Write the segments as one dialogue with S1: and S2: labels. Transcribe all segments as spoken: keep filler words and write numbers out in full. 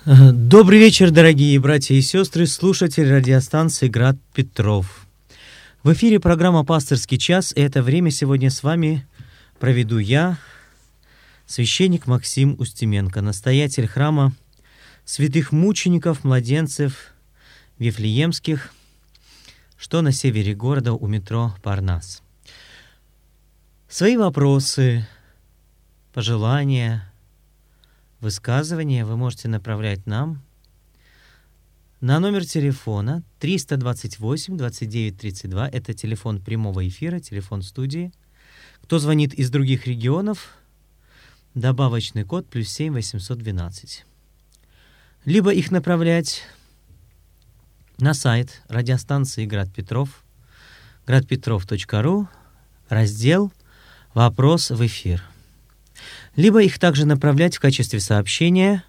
S1: Добрый вечер, дорогие братья и сестры, слушатели радиостанции «Град Петров». В эфире программа «Пасторский час», и это время сегодня с вами проведу я, священник Максим Устименко, настоятель храма святых мучеников, младенцев Вифлеемских, что на севере города у метро Парнас. Свои вопросы, пожелания, высказывания вы можете направлять нам на номер телефона триста двадцать восемь двадцать девять тридцать два. Это телефон прямого эфира, телефон студии. Кто звонит из других регионов, добавочный код плюс семь восемьсот двенадцать. Либо их направлять на сайт радиостанции «Град Петров», град петров точка ру, раздел «Вопрос в эфир». Либо их также направлять в качестве сообщения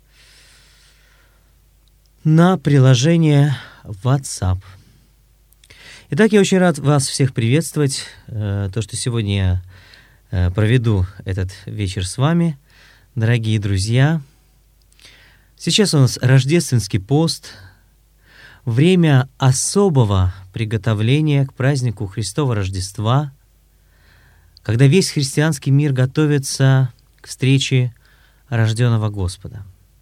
S1: на приложение WhatsApp. Итак, я очень рад вас всех приветствовать. То, что сегодня я проведу этот вечер с вами, дорогие друзья. Сейчас у нас рождественский пост, время особого приготовления к празднику Христова Рождества, когда весь христианский мир готовится к встрече рожденного Господа.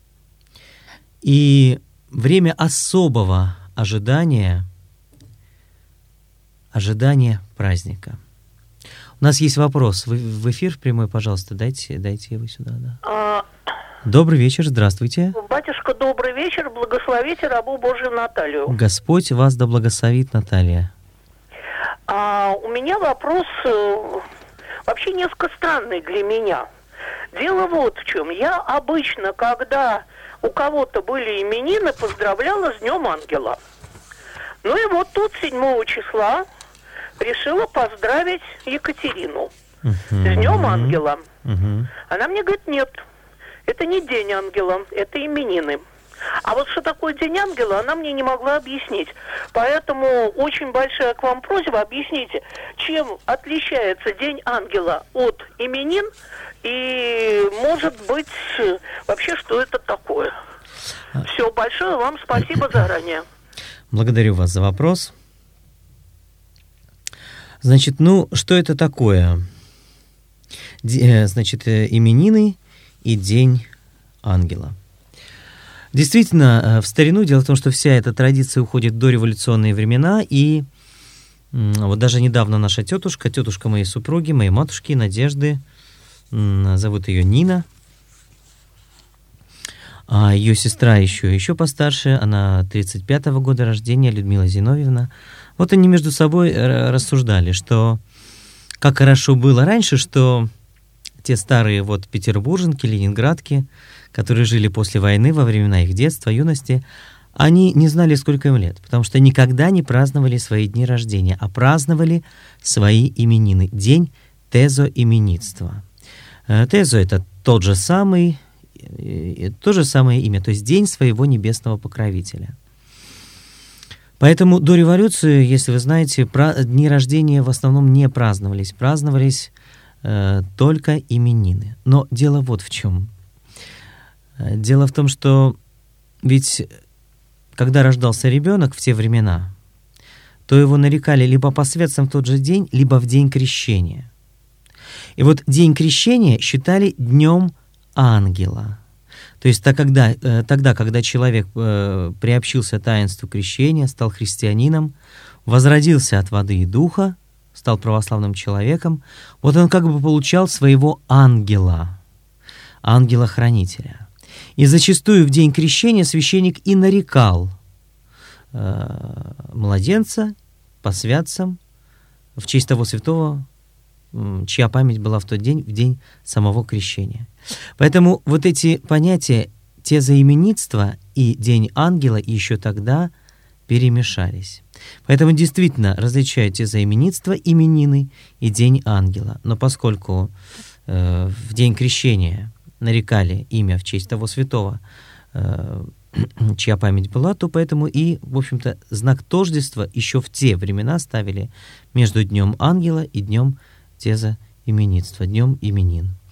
S1: И время особого ожидания, ожидания праздника. У нас есть вопрос. Вы в эфир прямой, пожалуйста, дайте, дайте его сюда. Да.
S2: А...
S1: Добрый вечер, здравствуйте.
S2: Батюшка, добрый вечер, благословите рабу Божию Наталью.
S1: Господь вас да благословит, Наталья.
S2: А, у меня вопрос... Вообще несколько странный для меня. Дело вот в чем. Я обычно, когда у кого-то были именины, поздравляла с Днем Ангела. Ну и вот тут седьмого числа решила поздравить Екатерину uh-huh. с Днем Ангела. Uh-huh. Она мне говорит, нет, это не День Ангела, это именины. А вот что такое День Ангела, она мне не могла объяснить. Поэтому очень большая к вам просьба, объясните, чем отличается День Ангела от именин, и, может быть, вообще, что это такое. Все, большое вам спасибо заранее.
S1: Благодарю вас за вопрос. Значит, ну, что это такое? Значит, именины и День Ангела. Действительно, в старину, дело в том, что вся эта традиция уходит в дореволюционные времена, и вот даже недавно наша тетушка, тетушка моей супруги, моей матушки, Надежды, зовут ее Нина, а ее сестра еще, еще постарше, она тридцать пятого года рождения, Людмила Зиновьевна. Вот они между собой рассуждали, что как хорошо было раньше, что те старые вот петербурженки, ленинградки, которые жили после войны, во времена их детства, юности, они не знали, сколько им лет, потому что никогда не праздновали свои дни рождения, а праздновали свои именины. День тезоименитства. Тезо — это тот же самый, то же самое имя, то есть день своего небесного покровителя. Поэтому до революции, если вы знаете, дни рождения в основном не праздновались, праздновались э, только именины. Но дело вот в чем. Дело в том, что ведь когда рождался ребенок в те времена, то его нарекали либо посвятцем в тот же день, либо в день крещения. И вот день крещения считали днем ангела. То есть тогда, тогда когда человек приобщился таинству крещения, стал христианином, возродился от воды и духа, стал православным человеком, вот он как бы получал своего ангела, ангела-хранителя. И зачастую в день крещения священник и нарекал э, младенца посвятцем в честь того святого, чья память была в тот день, в день самого крещения. Поэтому вот эти понятия тезоименитства и День Ангела еще тогда перемешались. Поэтому действительно различают тезоименитство, именины и День Ангела. Но поскольку э, в день крещения нарекали имя в честь того святого, э, чья память была, то поэтому и, в общем-то, знак тождества еще в те времена ставили между Днем Ангела и Днем тезоименитства, Днем именин.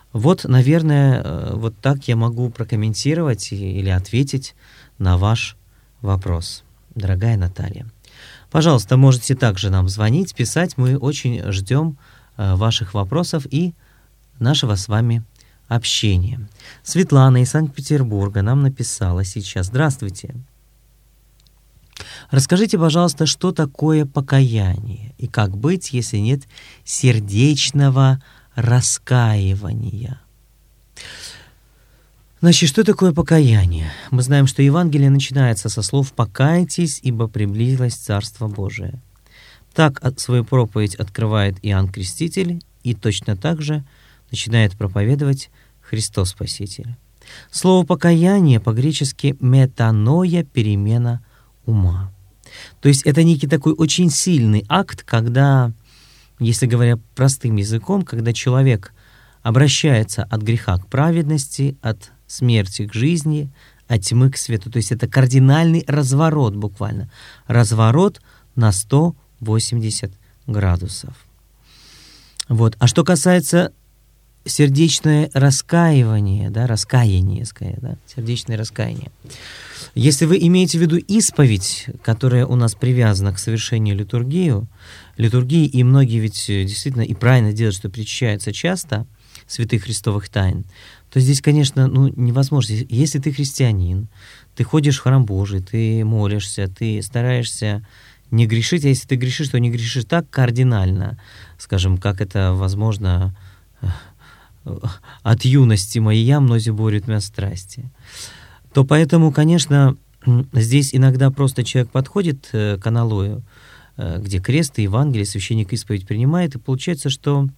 S1: Вот, наверное, вот так я могу прокомментировать или ответить на ваш вопрос, дорогая Наталья. Пожалуйста, можете также нам звонить, писать. Мы очень ждем ваших вопросов и нашего с вами общения. Светлана из Санкт-Петербурга нам написала сейчас. Здравствуйте. Расскажите, пожалуйста, что такое покаяние и как быть, если нет сердечного раскаивания? Значит, что такое покаяние? Мы знаем, что Евангелие начинается со слов «покайтесь, ибо приблизилось Царство Божие». Так свою проповедь открывает Иоанн Креститель, и точно так же начинает проповедовать Христос Спаситель. Слово «покаяние» по-гречески «метаноя» — перемена ума. То есть это некий такой очень сильный акт, когда, если говоря простым языком, когда человек обращается от греха к праведности, от смерти к жизни, от тьмы к свету. То есть это кардинальный разворот буквально. Разворот на сто восемьдесят градусов. Вот. А что касается сердечное раскаивание, да, раскаяние, скорее, да, сердечное раскаяние. Если вы имеете в виду исповедь, которая у нас привязана к совершению литургии, литургии, и многие ведь действительно и правильно делают, что причащаются часто святых христовых тайн, то здесь, конечно, ну, невозможно. Если ты христианин, ты ходишь в храм Божий, ты молишься, ты стараешься не грешить, а если ты грешишь, то не грешишь так кардинально, скажем, как это возможно от юности моей я мнози борют меня страсти, то поэтому, конечно, здесь иногда просто человек подходит к аналою, где крест и Евангелие, священник исповедь принимает, и получается, что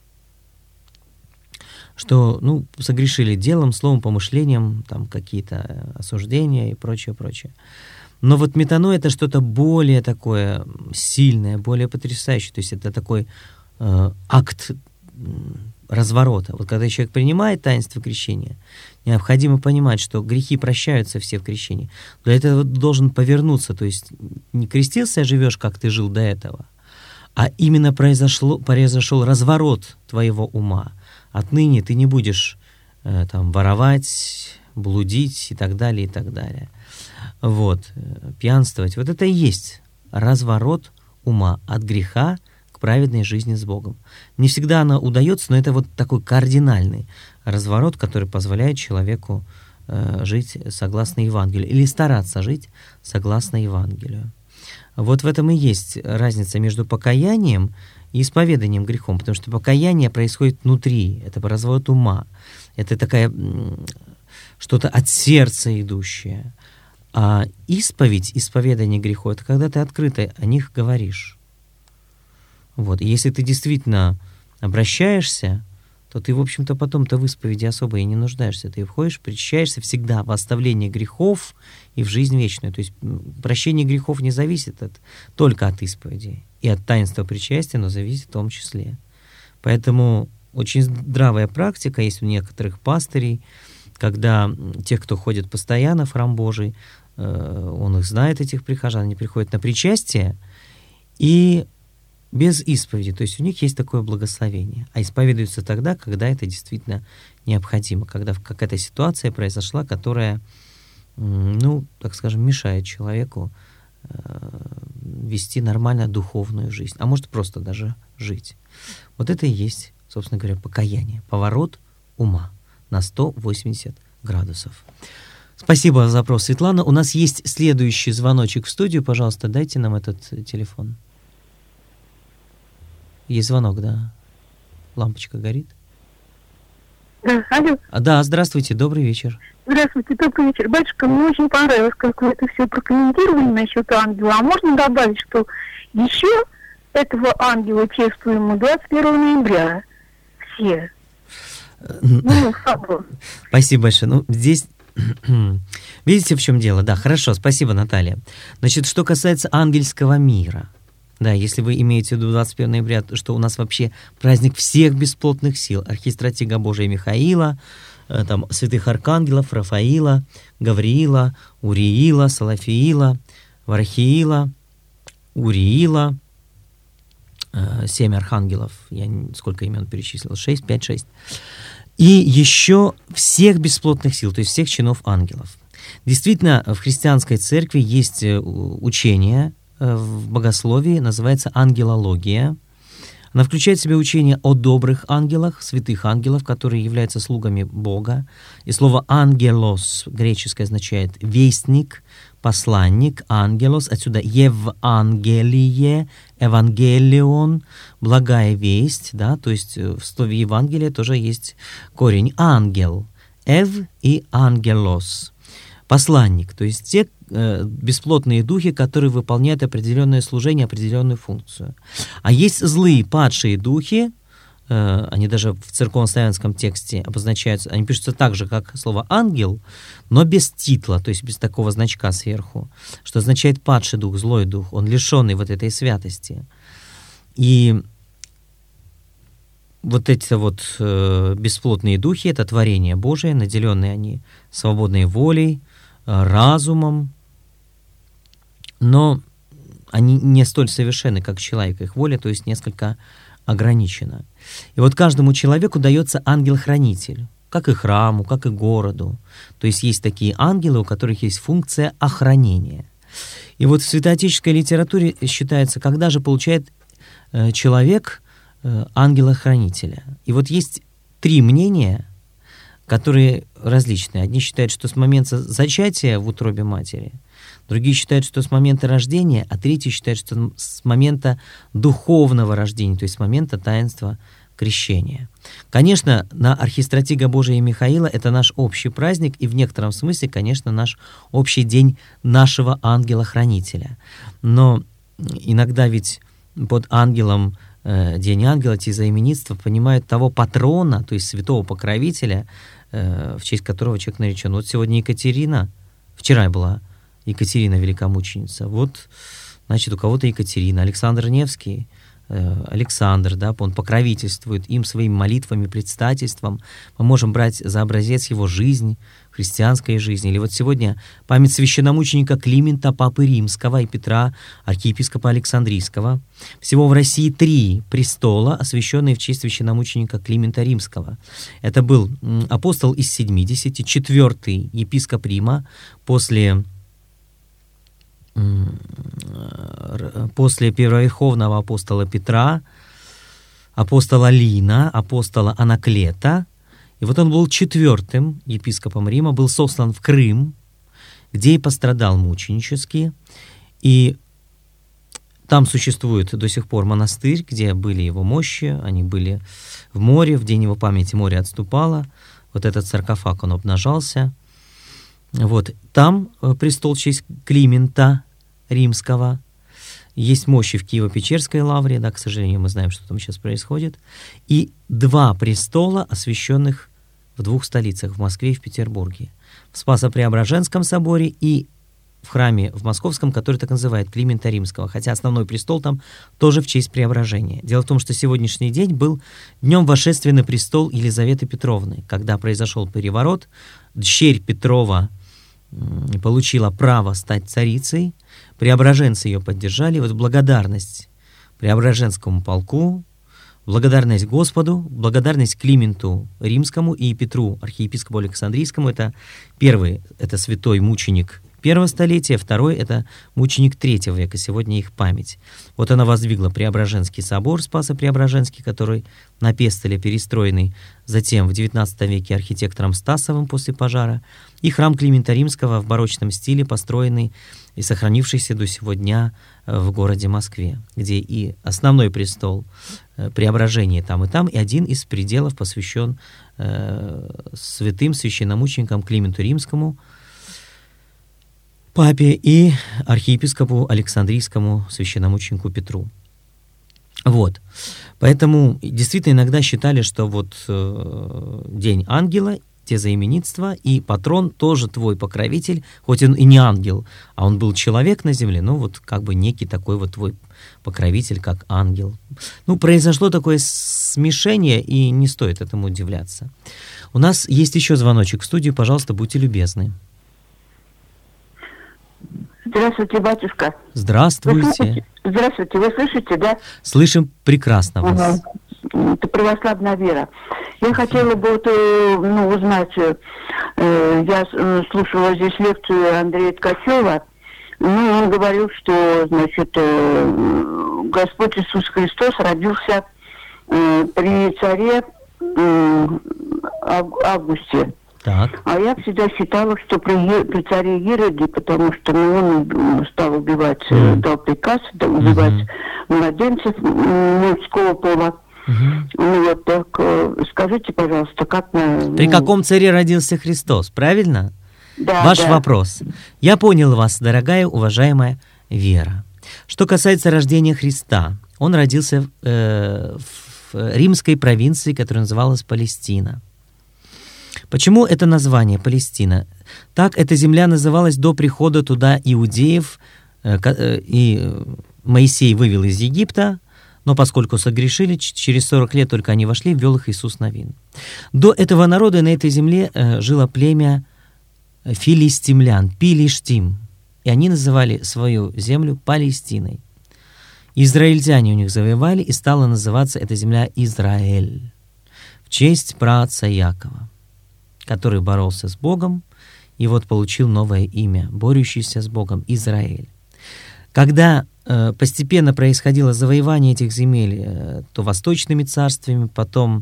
S1: что, ну, согрешили делом, словом, помышлением, там какие-то осуждения и прочее, прочее. Но вот метаноя — это что-то более такое сильное, более потрясающее. То есть это такой э, акт разворота. Вот когда человек принимает таинство крещения, необходимо понимать, что грехи прощаются все в крещении. Для этого должен повернуться. То есть не крестился, живешь, как ты жил до этого, а именно произошло, произошел разворот твоего ума. Отныне ты не будешь э, там воровать, блудить и так далее, и так далее. Вот, э, пьянствовать. Вот это и есть разворот ума от греха к праведной жизни с Богом. Не всегда она удается, но это вот такой кардинальный разворот, который позволяет человеку э, жить согласно Евангелию или стараться жить согласно Евангелию. Вот в этом и есть разница между покаянием и исповеданием грехом, потому что покаяние происходит внутри, это разворот ума, это такая что-то от сердца идущее. А исповедь, исповедание грехов, это когда ты открыто о них говоришь. Вот. И если ты действительно обращаешься, то ты, в общем-то, потом-то в исповеди особо и не нуждаешься. Ты входишь, причащаешься всегда в оставлении грехов и в жизнь вечную. То есть прощение грехов не зависит от, только от исповеди и от таинства причастия, но зависит в том числе. Поэтому очень здравая практика есть у некоторых пастырей, когда тех, кто ходит постоянно в храм Божий, он их знает, этих прихожан, они приходят на причастие и без исповеди, то есть у них есть такое благословение, а исповедуются тогда, когда это действительно необходимо, когда какая-то ситуация произошла, которая, ну, так скажем, мешает человеку вести нормально духовную жизнь, а может просто даже жить. Вот это и есть, собственно говоря, покаяние, поворот ума на сто восемьдесят градусов. Спасибо за запрос, Светлана. У нас есть следующий звоночек в студию. Пожалуйста, дайте нам этот телефон. Есть звонок, да? Лампочка горит?
S3: Да, алло.
S1: А, да, здравствуйте, добрый вечер.
S3: Здравствуйте, добрый вечер. Батюшка, мне очень понравилось, как вы это все прокомментировали насчет ангела. А можно добавить, что еще этого ангела чествуем мы двадцать первого ноября. Все. Ну, собор.
S1: Спасибо большое. Ну, здесь... Видите, в чем дело? Да, хорошо, спасибо, Наталья. Значит, что касается ангельского мира, да, если вы имеете в виду двадцать первого ноября, что у нас вообще праздник всех бесплотных сил, архистратига Божия Михаила, э, там, святых архангелов, Рафаила, Гавриила, Уриила, Салафиила, Варахиила, Уриила, э, семь архангелов, я сколько имен перечислил, шесть, пять, шесть. И еще всех бесплотных сил, то есть всех чинов ангелов. Действительно, в христианской церкви есть учение в богословии, называется ангелология. Она включает в себя учение о добрых ангелах, святых ангелов, которые являются слугами Бога. И слово «ангелос» греческое означает «вестник», «посланник», «ангелос». Отсюда «евангелие», «евангелион», «благая весть». Да? То есть в слове «евангелие» тоже есть корень «ангел». «Эв» и «ангелос». Посланник, то есть те э, бесплотные духи, которые выполняют определенное служение, определенную функцию. А есть злые, падшие духи, э, они даже в церковнославянском тексте обозначаются, они пишутся так же, как слово «ангел», но без титла, то есть без такого значка сверху, что означает «падший дух», «злой дух», он лишенный вот этой святости. И вот эти вот э, бесплотные духи — это творение Божие, наделенные они свободной волей, разумом, но они не столь совершенны, как человек, их воля, то есть несколько ограничена. И вот каждому человеку дается ангел-хранитель, как и храму, как и городу. То есть есть такие ангелы, у которых есть функция охранения. И вот в святоотеческой литературе считается, когда же получает э, человек э, ангела-хранителя. И вот есть три мнения, которые различные. Одни считают, что с момента зачатия в утробе матери, другие считают, что с момента рождения, а третьи считают, что с момента духовного рождения, то есть с момента таинства крещения. Конечно, на архистратига Божия Михаила это наш общий праздник, и в некотором смысле, конечно, наш общий день нашего ангела-хранителя. Но иногда ведь под ангелом, День ангела, тезаименитства, понимают того патрона, то есть святого покровителя, в честь которого человек наречен. Вот сегодня Екатерина, вчера была Екатерина Великомученица, вот, значит, у кого-то Екатерина, Александр Невский, Александр, да, он покровительствует им своими молитвами, предстательством. Мы можем брать за образец его жизнь, христианской жизни. Или вот сегодня память священномученика Климента, Папы Римского, и Петра, архиепископа Александрийского. Всего в России три престола, освященные в честь священномученика Климента Римского. Это был апостол из семидесяти, четвертый епископ Рима после... после первоверховного апостола Петра, апостола Лина, апостола Анаклета. И вот он был четвертым епископом Рима, был сослан в Крым, где и пострадал мученически. И там существует до сих пор монастырь, где были его мощи, они были в море, в день его памяти море отступало, вот этот саркофаг, он обнажался. Вот, там престол в честь Климента Римского. Есть мощи в Киево-Печерской лавре, да, к сожалению, мы знаем, что там сейчас происходит. И два престола, освященных в двух столицах, в Москве и в Петербурге. В Спасо-Преображенском соборе и в храме в Московском, который так называют Климента Римского, хотя основной престол там тоже в честь Преображения. Дело в том, что сегодняшний день был днем восшествия на престол Елизаветы Петровны, когда произошел переворот, дщерь Петрова получила право стать царицей, преображенцы ее поддержали. Вот благодарность Преображенскому полку, благодарность Господу, благодарность Клименту Римскому и Петру, архиепископу Александрийскому. Это первый, это святой мученик первого столетия, второй — это мученик третьего века, сегодня их память. Вот она воздвигла Преображенский собор, Спасо-Преображенский, который на Пестеле перестроенный затем в девятнадцатом веке архитектором Стасовым после пожара, и храм Климента Римского в барочном стиле, построенный и сохранившийся до сего дня в городе Москве, где и основной престол Преображения там и там, и один из пределов посвящен э, святым священномученикам Клименту Римскому, папе, и архиепископу Александрийскому священномученику Петру. Вот. Поэтому действительно иногда считали, что вот э, День ангела, тезаименитства, и патрон тоже твой покровитель, хоть он и не ангел, а он был человек на земле, но вот как бы некий такой вот твой покровитель, как ангел. Ну, произошло такое смешение, и не стоит этому удивляться. У нас есть еще звоночек в студию, пожалуйста, будьте любезны.
S3: Здравствуйте, батюшка.
S1: Здравствуйте.
S3: Вы Здравствуйте, вы слышите, да?
S1: Слышим прекрасно вас.
S3: Ага. это православная вера. Я хотела бы вот, ну, узнать, э, я слушала здесь лекцию Андрея Ткачева, ну, он говорил, что, значит, э, Господь Иисус Христос родился э, при царе э, Августе.
S1: Так.
S3: А я всегда считала, что при, при царе Ироде, потому что ну, он стал убивать, mm. дал приказ убивать mm-hmm. младенцев мужского пола. Mm-hmm. Ну вот так, скажите, пожалуйста, как на...
S1: При
S3: ну...
S1: каком царе родился Христос, правильно?
S3: Да,
S1: Ваш
S3: да.
S1: вопрос. Я понял вас, дорогая, уважаемая Вера. Что касается рождения Христа, он родился э, в римской провинции, которая называлась Палестина. Почему это название Палестина? Так эта земля называлась до прихода туда иудеев, э, э, и Моисей вывел из Египта, но поскольку согрешили, через сорок лет только они вошли, ввел их Иисус Навин. До этого народа на этой земле э, жило племя филистимлян, Пилиштим, и они называли свою землю Палестиной. Израильтяне у них завоевали, и стала называться эта земля Израиль в честь праотца Якова, который боролся с Богом, и вот получил новое имя, борющийся с Богом, Израиль. Когда э, постепенно происходило завоевание этих земель, э, то восточными царствами, потом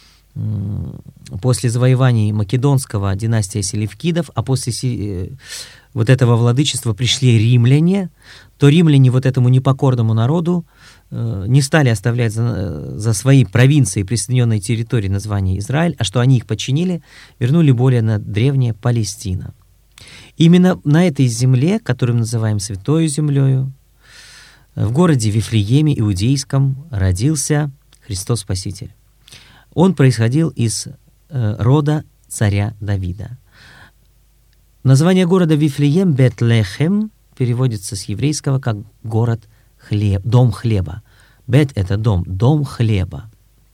S1: после завоеваний Македонского династия Селевкидов, а после вот этого владычества пришли римляне, то римляне вот этому непокорному народу не стали оставлять за, за свои провинции присоединенной территории название Израиль, а что они их подчинили, вернули более на древнее Палестина. Именно на этой земле, которую мы называем Святою Землею, в городе Вифлееме Иудейском родился Христос Спаситель. Он происходил из э, рода царя Давида. Название города Вифлеем, Бет-Лехем, переводится с еврейского как город хлеб, дом хлеба. Бет — это дом, дом хлеба.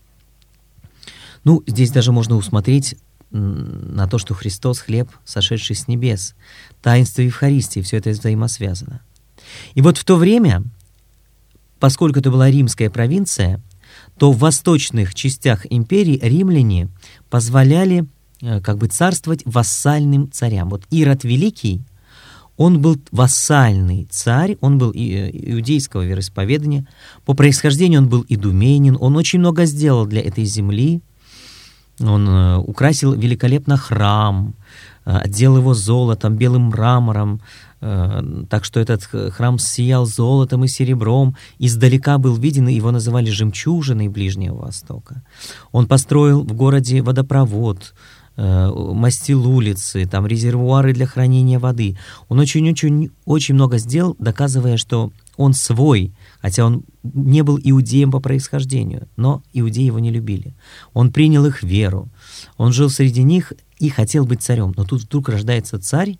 S1: Ну, здесь даже можно усмотреть на то, что Христос — хлеб, сошедший с небес. Таинство Евхаристии, все это взаимосвязано. И вот в то время, поскольку это была римская провинция, то в восточных частях империи римляне позволяли как бы царствовать вассальным царям. Вот Ирод Великий, он был вассальный царь, он был иудейского вероисповедания, по происхождению он был идуменин, он очень много сделал для этой земли, он украсил великолепно храм, отделал его золотом, белым мрамором, так что этот храм сиял золотом и серебром, издалека был виден, и его называли жемчужиной Ближнего Востока. Он построил в городе водопровод, мастил улицы, там резервуары для хранения воды. Он очень-очень очень много сделал, доказывая, что он свой, хотя он не был иудеем по происхождению, но иудеи его не любили. Он принял их веру, он жил среди них и хотел быть царем. Но тут вдруг рождается царь,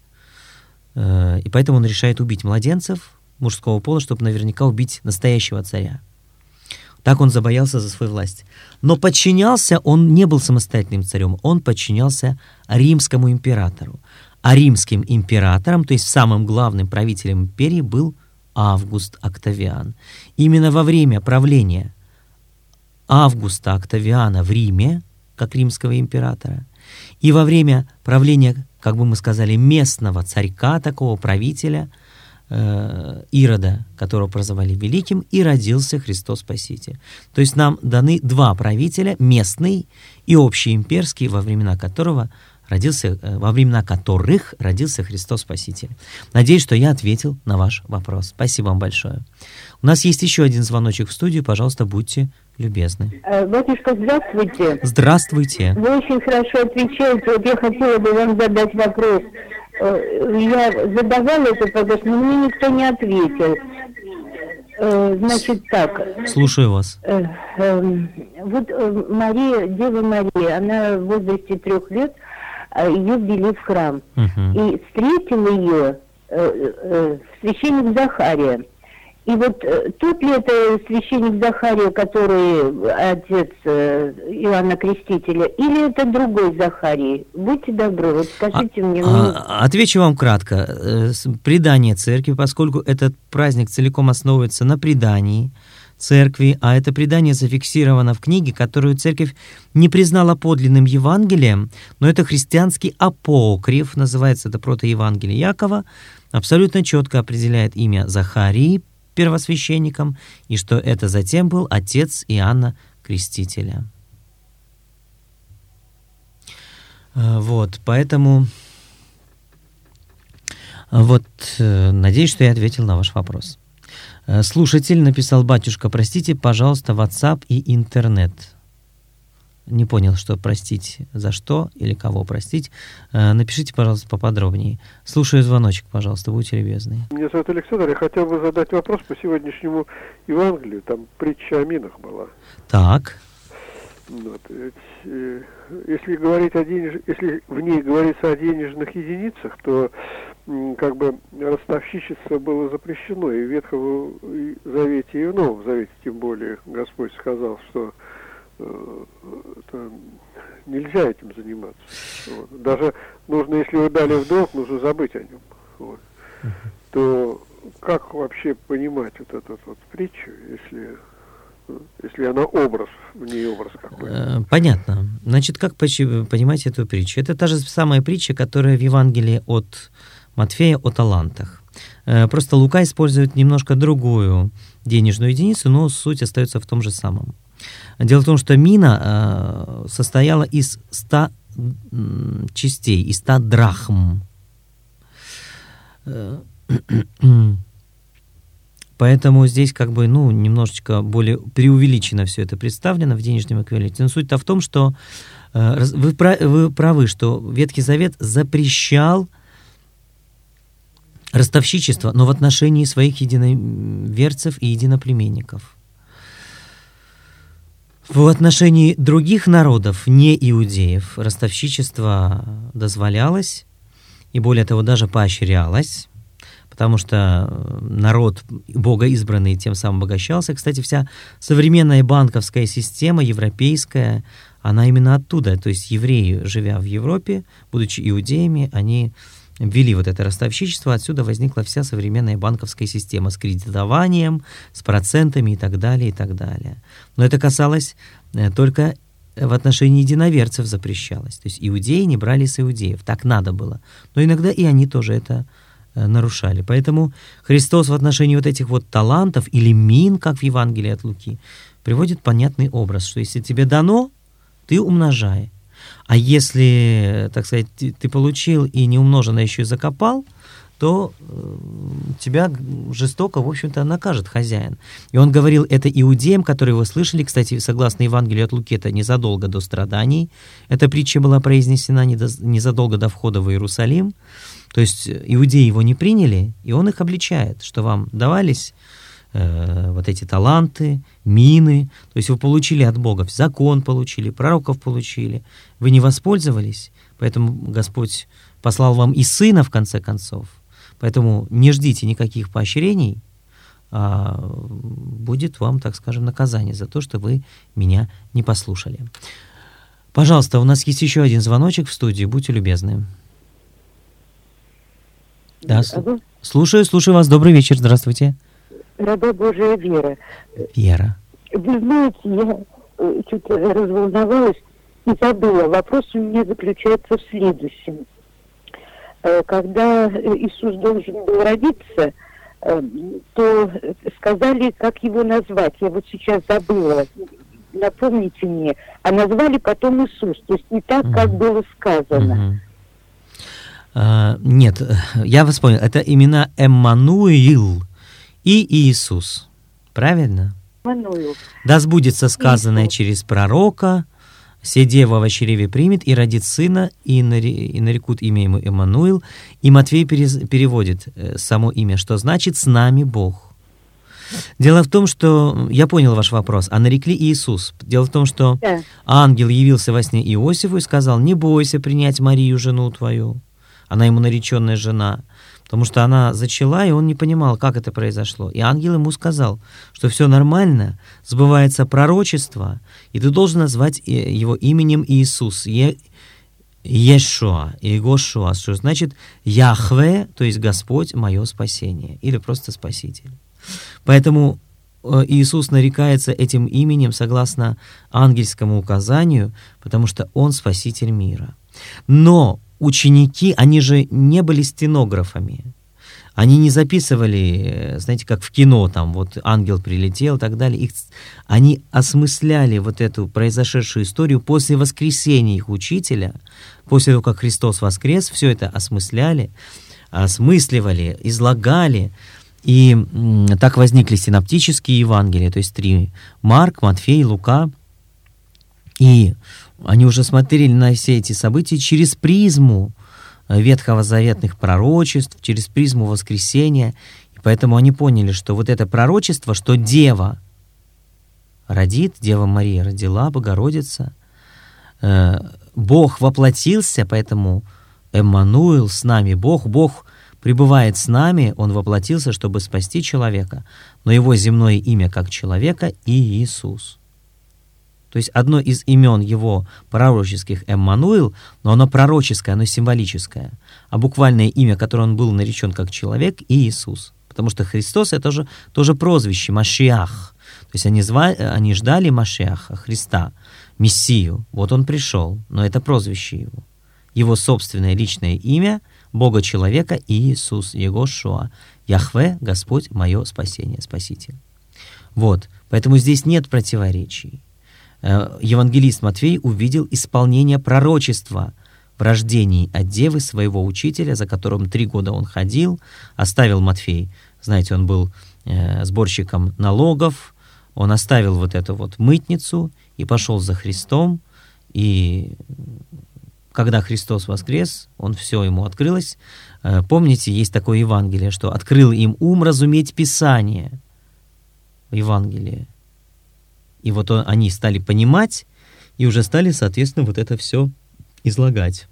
S1: и поэтому он решает убить младенцев мужского пола, чтобы наверняка убить настоящего царя. Так он забоялся за свою власть. Но подчинялся, он не был самостоятельным царем, он подчинялся римскому императору. А римским императором, то есть самым главным правителем империи, был Август Октавиан. Именно во время правления Августа Октавиана в Риме, как римского императора, и во время правления, как бы мы сказали, местного царька, такого правителя, э, Ирода, которого прозвали Великим, и родился Христос Спаситель. То есть нам даны два правителя, местный и общеимперский, во времена которого родился, во времена которых родился Христос Спаситель. Надеюсь, что я ответил на ваш вопрос. Спасибо вам большое. У нас есть еще один звоночек в студию. Пожалуйста, будьте любезны.
S3: Батюшка, здравствуйте.
S1: Здравствуйте.
S3: Вы очень хорошо отвечаете. Вот я хотела бы вам задать вопрос. Я задавала этот вопрос, но мне никто не ответил. Значит так.
S1: Слушаю вас.
S3: Вот Мария, Дева Мария, она в возрасте трех лет, ее ввели в храм. Uh-huh. И встретил ее э, э, священник Захария. И вот э, тот ли это священник Захария, который отец э, Иоанна Крестителя, или это другой Захарий? Будьте добры, вот скажите а, мне.
S1: А, отвечу вам кратко. Предание церкви, поскольку этот праздник целиком основывается на предании, церкви, а это предание зафиксировано в книге, которую церковь не признала подлинным Евангелием, но это христианский апокриф, называется это протоевангелие Якова, абсолютно четко определяет имя Захарии первосвященником, и что это затем был отец Иоанна Крестителя. Вот, поэтому вот, надеюсь, что я ответил на ваш вопрос. Слушатель написал: батюшка, простите, пожалуйста, WhatsApp и интернет. Не понял, что простить, за что или кого простить. Напишите, пожалуйста, поподробнее. Слушаю звоночек, пожалуйста, будьте любезны.
S4: Меня зовут Александр, я хотел бы задать вопрос по сегодняшнему Евангелию. Там притча о минах была.
S1: Так.
S4: Вот, э, если говорить о денеж... если в ней говорится о денежных единицах, то м, как бы ростовщичество было запрещено, и в Ветхом Завете, и в Новом Завете, тем более, Господь сказал, что э, это, нельзя этим заниматься. Вот. Даже нужно, если вы дали в долг, нужно забыть о нем. Вот. Uh-huh. То как вообще понимать вот эту вот притчу, если... если она образ, в ней образ какой-то.
S1: Понятно. Значит, как понимать эту притчу? Это та же самая притча, которая в Евангелии от Матфея о талантах. Просто Лука использует немножко другую денежную единицу, но суть остается в том же самом. Дело в том, что мина состояла из ста частей, из ста драхм. Поэтому здесь как бы, ну, немножечко более преувеличено все это представлено в денежном эквиваленте. Но суть-то в том, что э, вы, вы правы, что Ветхий Завет запрещал ростовщичество, но в отношении своих единоверцев и единоплеменников. В отношении других народов, не иудеев, ростовщичество дозволялось, и более того, даже поощрялось, потому что народ богоизбранный тем самым обогащался. Кстати, вся современная банковская система, европейская, она именно оттуда. То есть евреи, живя в Европе, будучи иудеями, они ввели вот это ростовщичество, отсюда возникла вся современная банковская система с кредитованием, с процентами и так далее, и так далее. Но это касалось только в отношении единоверцев запрещалось. То есть иудеи не брали с иудеев, так надо было. Но иногда и они тоже это нарушали. Поэтому Христос в отношении вот этих вот талантов или мин, как в Евангелии от Луки, приводит понятный образ, что если тебе дано, ты умножай. А если, так сказать, ты получил и неумноженно еще и закопал, то тебя жестоко, в общем-то, накажет хозяин. И он говорил это иудеям, которые вы слышали, кстати, согласно Евангелию от Луки, это незадолго до страданий. Эта притча была произнесена незадолго до входа в Иерусалим. То есть иудеи его не приняли, и он их обличает, что вам давались э, вот эти таланты, мины, то есть вы получили от Бога, закон получили, пророков получили, вы не воспользовались, поэтому Господь послал вам и Сына, в конце концов. Поэтому не ждите никаких поощрений, а будет вам, так скажем, наказание за то, что вы меня не послушали. Пожалуйста, у нас есть еще один звоночек в студии, будьте любезны. Да,
S5: Алло.
S1: слушаю, слушаю вас. Добрый вечер, здравствуйте.
S5: Раба Божия Вера.
S1: Вера.
S5: Вы знаете, я э, чуть разволновалась и забыла. Вопрос у меня заключается в следующем. Э, когда Иисус должен был родиться, э, то сказали, как его назвать. Я вот сейчас забыла. Напомните мне. А назвали потом Иисус. То есть не так, как mm-hmm. было сказано.
S1: Mm-hmm. Uh, нет, я вас понял. Это имена Эммануил и Иисус. Правильно?
S5: Эммануил.
S1: Да сбудется сказанное
S5: Иисус.
S1: Через пророка, «Се дева во чреве примет и родит сына, и, наре... и нарекут имя ему Эммануил». И Матфей перез... переводит само имя, что значит «с нами Бог». Дело в том, что... Я понял ваш вопрос. А нарекли Иисус. Дело в том, что
S5: да.
S1: ангел явился во сне Иосифу и сказал: «Не бойся принять Марию, жену твою». Она ему нареченная жена, потому что она зачала, и он не понимал, как это произошло. И ангел ему сказал, что все нормально, сбывается пророчество, и ты должен назвать его именем Иисус, Е- Ешуа, или Гошуа, что значит Яхве, то есть Господь, мое спасение, или просто Спаситель. Поэтому Иисус нарекается этим именем согласно ангельскому указанию, потому что Он Спаситель мира. Но ученики, они же не были стенографами. Они не записывали, знаете, как в кино, там вот ангел прилетел и так далее. Их, они осмысляли вот эту произошедшую историю после воскресения их учителя, после того, как Христос воскрес, все это осмысляли, осмысливали, излагали. И так возникли синоптические Евангелия, то есть три: Марк, Матфей, Лука. И они уже смотрели на все эти события через призму ветхозаветных пророчеств, через призму воскресения. И поэтому они поняли, что вот это пророчество, что Дева родит, Дева Мария родила, Богородица, э, Бог воплотился, поэтому Эммануил, с нами Бог, Бог пребывает с нами, Он воплотился, чтобы спасти человека, но Его земное имя как человека — Иисус. То есть одно из имен Его пророческих — Эммануил, но оно пророческое, оно символическое. А буквальное имя, которое Он был наречен как человек — Иисус. Потому что Христос — это тоже, тоже прозвище, Машиах. То есть они, звали, они ждали Машиаха, Христа, Мессию. Вот Он пришел, но это прозвище Его. Его собственное личное имя — Бога-человека Иисус, Егошуа, Яхве, Господь, мое спасение, Спаситель. Вот, поэтому здесь нет противоречий. Евангелист Матфей увидел исполнение пророчества в рождении от Девы своего учителя, за которым три года он ходил, оставил Матфей, знаете, он был э, сборщиком налогов, он оставил вот эту вот мытницу и пошел за Христом, и когда Христос воскрес, он все ему открылось. Э, помните, есть такое Евангелие, что «открыл им ум разуметь Писание». Евангелие. И вот он, они стали понимать, и уже стали, соответственно, вот это все излагать.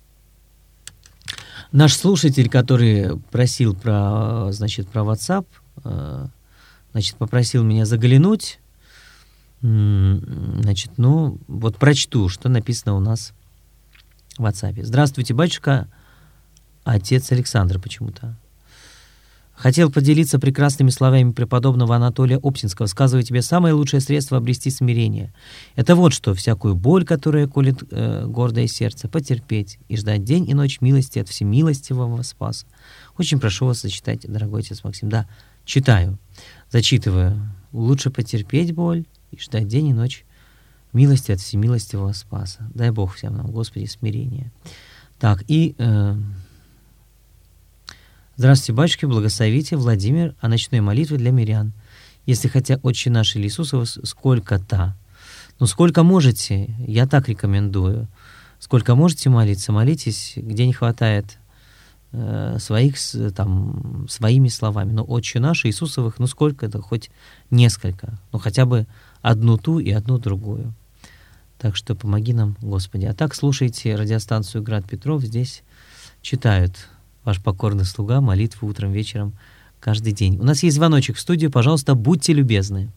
S1: Наш слушатель, который просил про, значит, про WhatsApp, значит, попросил меня заглянуть. Значит, ну, вот прочту, что написано у нас в WhatsApp. Здравствуйте, батюшка, отец Александр почему-то. Хотел поделиться прекрасными словами преподобного Анатолия Оптинского. Сказываю тебе, самое лучшее средство обрести смирение. Это вот что: всякую боль, которая колет э, гордое сердце, потерпеть и ждать день и ночь милости от всемилостивого Спаса. Очень прошу вас зачитать, дорогой отец Максим. Да, читаю, зачитываю. Лучше потерпеть боль и ждать день и ночь милости от всемилостивого Спаса. Дай Бог всем нам, Господи, смирение. Так, и... Э, Здравствуйте, батюшки, благословите, Владимир, о ночной молитве для мирян. Если хотя Отче наш или Иисусова сколько-то, ну сколько можете, я так рекомендую. Сколько можете молиться, молитесь, где не хватает э, своих, там, своими словами. Но Отче наш, Иисусовых, ну сколько-то, хоть несколько, ну хотя бы одну ту и одну другую. Так что помоги нам, Господи. А так слушайте радиостанцию «Град Петров», здесь читают ваш покорный слуга молитву утром, вечером, каждый день. У нас есть звоночек в студию, пожалуйста, будьте любезны.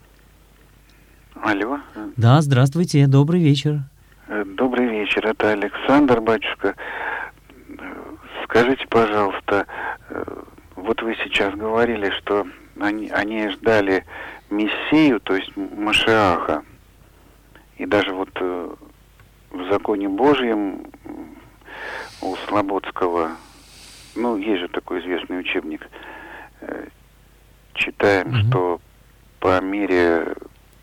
S6: Алло.
S1: Да, здравствуйте, добрый вечер.
S6: Добрый вечер, это Александр, батюшка. Скажите, пожалуйста, вот вы сейчас говорили, что они, они ждали Мессию, то есть Машиаха, и даже вот в законе Божьем у Слободского, ну, есть же такой известный учебник, читаем, mm-hmm. что по мере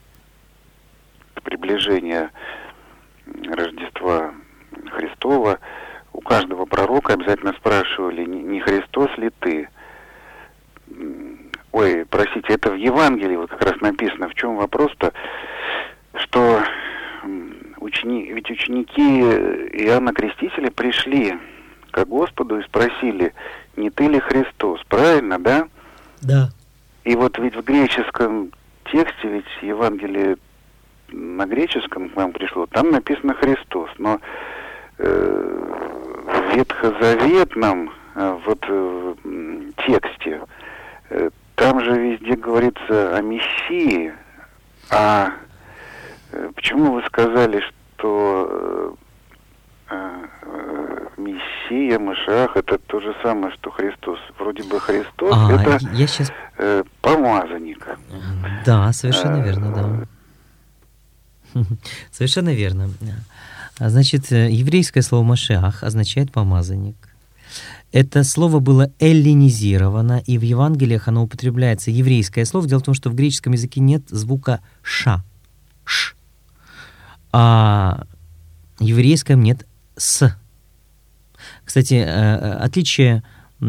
S6: приближения Рождества Христова у каждого пророка обязательно спрашивали, не Христос ли ты? Ой, простите, это в Евангелии вот как раз написано. В чем вопрос-то? Что учени... ведь ученики Иоанна Крестителя пришли к Господу и спросили, не ты ли Христос, правильно, да?
S1: Да.
S6: И вот ведь в греческом тексте, ведь Евангелие на греческом к нам пришло, там написано Христос, но э, в ветхозаветном э, вот э, тексте э, там же везде говорится о Мессии, а э, почему вы сказали, что э, Мессия Мессия, Машиах, это то же самое, что Христос. Вроде бы Христос,
S1: А,
S6: это
S1: я сейчас...
S6: э, помазанник.
S1: Да, совершенно верно, да. Совершенно верно. Значит, еврейское слово «машиах» означает «помазанник». Это слово было эллинизировано, и в Евангелиях оно употребляется, еврейское слово. Дело в том, что в греческом языке нет звука «ша», «ш», а в еврейском нет «с». Кстати, отличие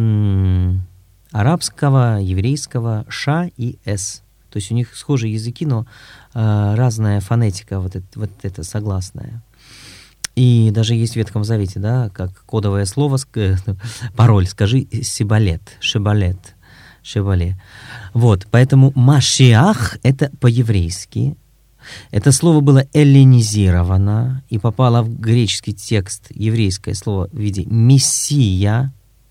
S1: арабского, еврейского «ша» и «с». То есть у них схожие языки, но разная фонетика, вот это, вот это согласная. И даже есть в Ветхом Завете, да, как кодовое слово, пароль, скажи «сибалет», «шебалет», «шебале». Вот, поэтому «машиах» — это по-еврейски. Это слово было эллинизировано и попало в греческий текст, еврейское слово в виде «мессия».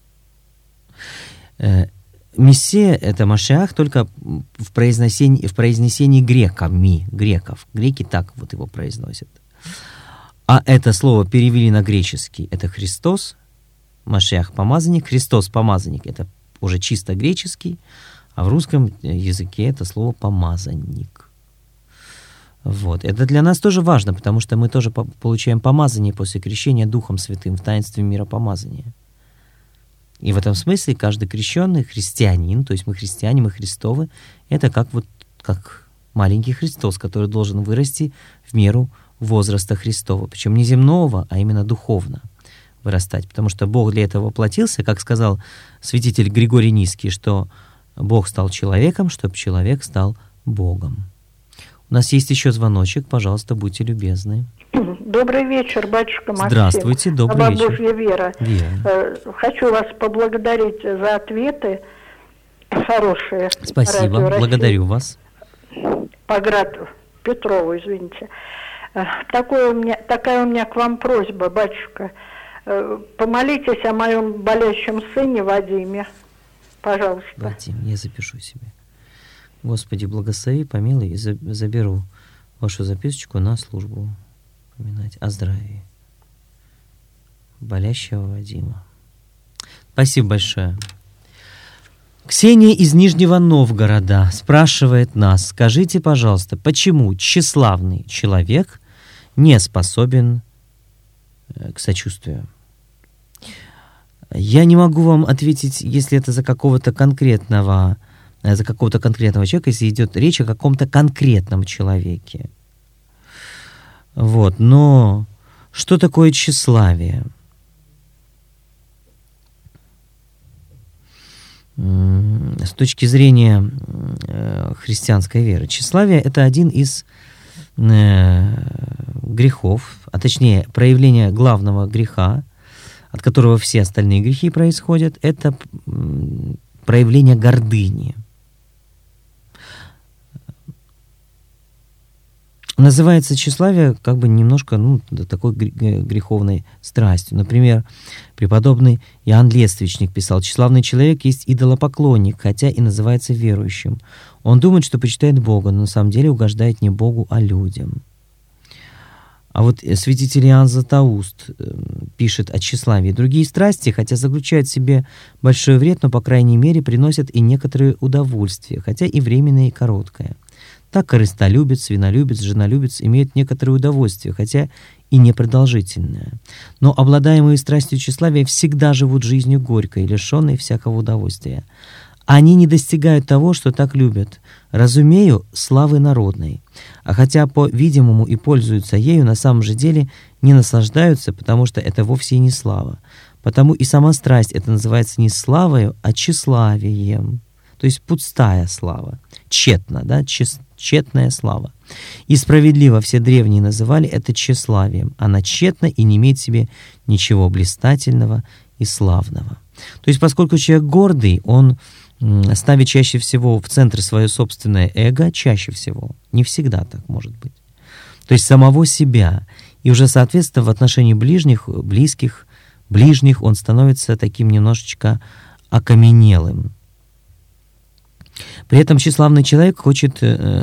S1: Мессия — это «машиах» только в произнесении, в произнесении греками, греков. Греки так вот его произносят. А это слово перевели на греческий. Это Христос, Машиах — помазанник. Христос — помазанник — это уже чисто греческий, а в русском языке это слово «помазанник». Вот. Это для нас тоже важно, потому что мы тоже получаем помазание после крещения Духом Святым в таинстве миропомазания. И в этом смысле каждый крещенный христианин, то есть мы христиане, мы Христовы, это как вот как маленький Христос, который должен вырасти в меру возраста Христова, причем не земного, а именно духовно вырастать, потому что Бог для этого воплотился, как сказал святитель Григорий Низкий, что Бог стал человеком, чтобы человек стал Богом. У нас есть еще звоночек, пожалуйста, будьте любезны.
S7: Добрый вечер, батюшка Максим.
S1: Здравствуйте, добрый
S7: Раба
S1: вечер.
S7: Божья Вера.
S1: Вера.
S7: Хочу вас поблагодарить за ответы хорошие.
S1: Спасибо, благодарю вас.
S7: Поград Петрову, извините. Такое у меня, такая у меня к вам просьба, батюшка. Помолитесь о моем болящем сыне Вадиме. Пожалуйста.
S1: Вадим, я запишу себе. Господи, благослови, помилуй, и заберу вашу записочку на службу. Поминать о здравии болящего Вадима. Спасибо большое. Ксения из Нижнего Новгорода спрашивает нас: скажите, пожалуйста, почему тщеславный человек не способен к сочувствию? Я не могу вам ответить, если это за какого-то конкретного, за какого-то конкретного человека, если идет речь о каком-то конкретном человеке. Вот, но что такое тщеславие? С точки зрения христианской веры, тщеславие — это один из грехов, а точнее проявление главного греха, от которого все остальные грехи происходят, это проявление гордыни. Называется тщеславие как бы немножко, ну, такой греховной страстью. Например, преподобный Иоанн Лествичник писал: «Тщеславный человек есть идолопоклонник, хотя и называется верующим. Он думает, что почитает Бога, но на самом деле угождает не Богу, а людям». А вот святитель Иоанн Златоуст пишет о тщеславии: «Другие страсти, хотя заключают в себе большой вред, но, по крайней мере, приносят и некоторые удовольствия, хотя и временное и короткое. Так корыстолюбец, свинолюбец, женолюбец имеют некоторые удовольствия, хотя и непродолжительное. Но обладаемые страстью тщеславия всегда живут жизнью горькой, лишенной всякого удовольствия. Они не достигают того, что так любят. Разумею, славы народной. А хотя по-видимому и пользуются ею, на самом же деле не наслаждаются, потому что это вовсе и не слава. Потому и сама страсть это называется не славою, а тщеславием». То есть пустая слава, тщетно, да, тщетная слава. И справедливо все древние называли это тщеславием. Она тщетна и не имеет в себе ничего блистательного и славного. То есть поскольку человек гордый, он ставит чаще всего в центр свое собственное эго, чаще всего, не всегда так может быть. То есть самого себя. И уже, соответственно, в отношении ближних, близких, ближних он становится таким немножечко окаменелым. При этом тщеславный человек хочет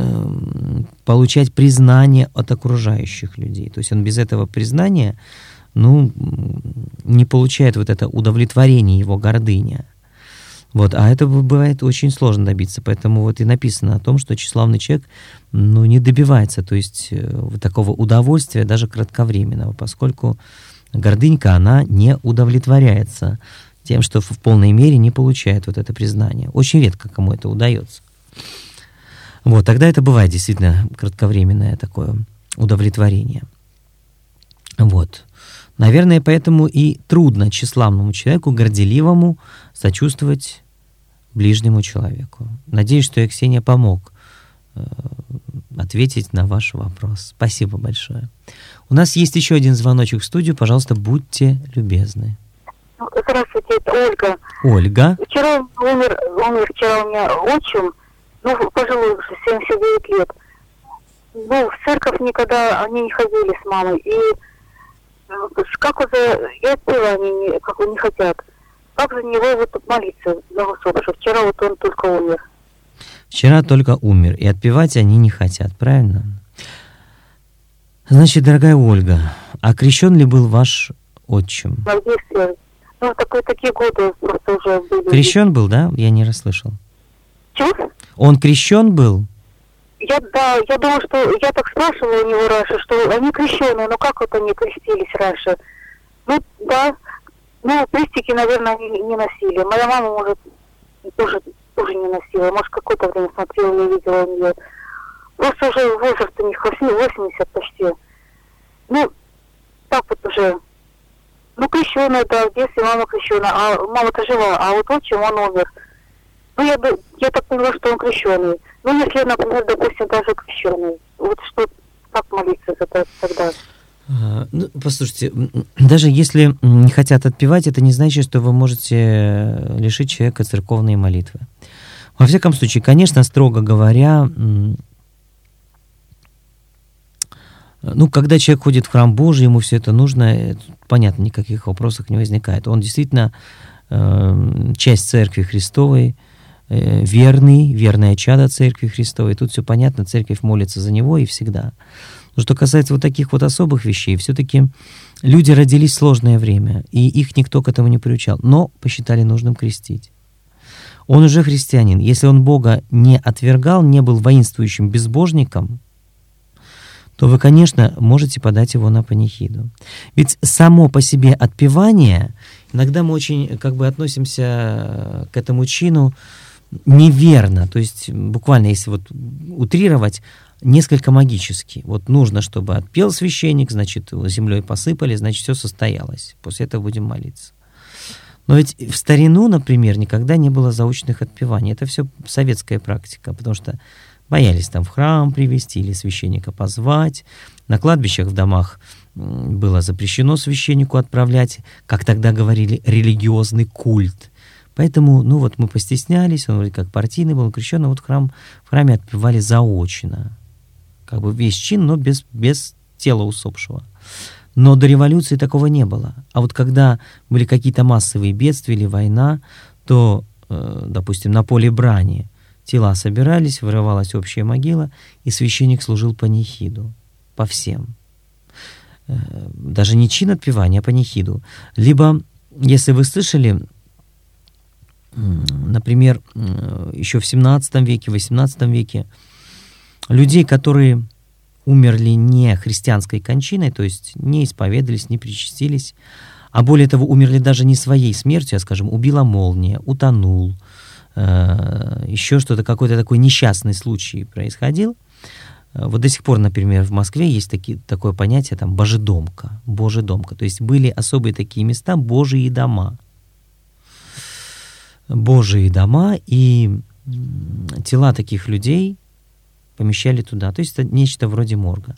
S1: э, получать признание от окружающих людей. То есть он без этого признания, ну, не получает вот это удовлетворение его гордыня. Вот, а это бывает очень сложно добиться, поэтому вот и написано о том, что тщеславный человек, ну, не добивается, то есть вот такого удовольствия даже кратковременного, поскольку гордынька, она не удовлетворяется тем, что в полной мере не получает вот это признание. Очень редко кому это удается. Вот, тогда это бывает действительно кратковременное такое удовлетворение. Вот. Наверное, поэтому и трудно тщеславному человеку, горделивому, сочувствовать ближнему человеку. Надеюсь, что я, Ксения, помог э, ответить на ваш вопрос. Спасибо большое. У нас есть еще один звоночек в студию. Пожалуйста, будьте любезны.
S3: Здравствуйте, это Ольга.
S1: Ольга.
S3: Вчера умер, умер вчера у меня отчим, ну, пожилой уже, семьдесят девять лет. Ну, в церковь никогда они не ходили с мамой. И как вот за... И отпела они не, как не хотят. Как за него вот молиться за усопшего? Вчера вот он только умер.
S1: Вчера только умер, и отпевать они не хотят, правильно? Значит, дорогая Ольга, а крещен ли был ваш отчим?
S3: В детстве. Ну, такой, такие годы просто уже были.
S1: Крещен был, да? Я не расслышал.
S3: Чего?
S1: Он крещен был?
S3: Я, да, я думаю, что я так спрашивала у него раньше, что они крещеные, но как вот они крестились раньше? Ну, да, ну, крестики, наверное, они не носили. Моя мама, может, тоже, тоже не носила. Может, какое-то время смотрела, я видела у нее. Просто уже возраст у них восемьдесят почти. Ну, так вот уже. Ну, крещеная, да, в детстве мама крещеная, а мама-то жива, а вот отчим, он умер. Ну, я, я так поняла, что он крещеный. Ну, если, например, допустим, даже крещеный, вот что, как молиться тогда?
S1: А, ну, послушайте, даже если не хотят отпевать, это не значит, что вы можете лишить человека церковной молитвы. Во всяком случае, конечно, строго говоря, ну, когда человек ходит в храм Божий, ему все это нужно, понятно, никаких вопросов не возникает. Он действительно э, часть Церкви Христовой, э, верный, верное чадо Церкви Христовой. Тут все понятно, Церковь молится за него и всегда. Но что касается вот таких вот особых вещей, все-таки люди родились в сложное время, и их никто к этому не приучал, но посчитали нужным крестить. Он уже христианин. Если он Бога не отвергал, не был воинствующим безбожником, то вы, конечно, можете подать его на панихиду. Ведь само по себе отпевание, иногда мы очень как бы относимся к этому чину неверно, то есть буквально, если вот утрировать, несколько магически. Вот нужно, чтобы отпел священник, значит, землей посыпали, значит, все состоялось. После этого будем молиться. Но ведь в старину, например, никогда не было заочных отпеваний. Это все советская практика, потому что боялись там в храм привести или священника позвать. На кладбищах в домах было запрещено священнику отправлять, как тогда говорили, религиозный культ. Поэтому, ну вот мы постеснялись, он вроде как партийный был, крещен, а вот в, храм, в храме отпевали заочно. Как бы весь чин, но без, без тела усопшего. Но до революции такого не было. А вот когда были какие-то массовые бедствия или война, то, э, допустим, на поле брани тела собирались, вырывалась общая могила, и священник служил панихиду по всем. Даже не чин отпевания, а панихиду. Либо, если вы слышали, например, еще в семнадцатом веке, в восемнадцатом веке, людей, которые умерли не христианской кончиной, то есть не исповедались, не причастились, а более того, умерли даже не своей смертью, а, скажем, убила молния, утонул, еще что-то, какой-то такой несчастный случай происходил. Вот до сих пор, например, в Москве есть такие, такое понятие, там, божедомка, божедомка. То есть были особые такие места, божьи дома. Божьи дома, и тела таких людей помещали туда. То есть это нечто вроде морга.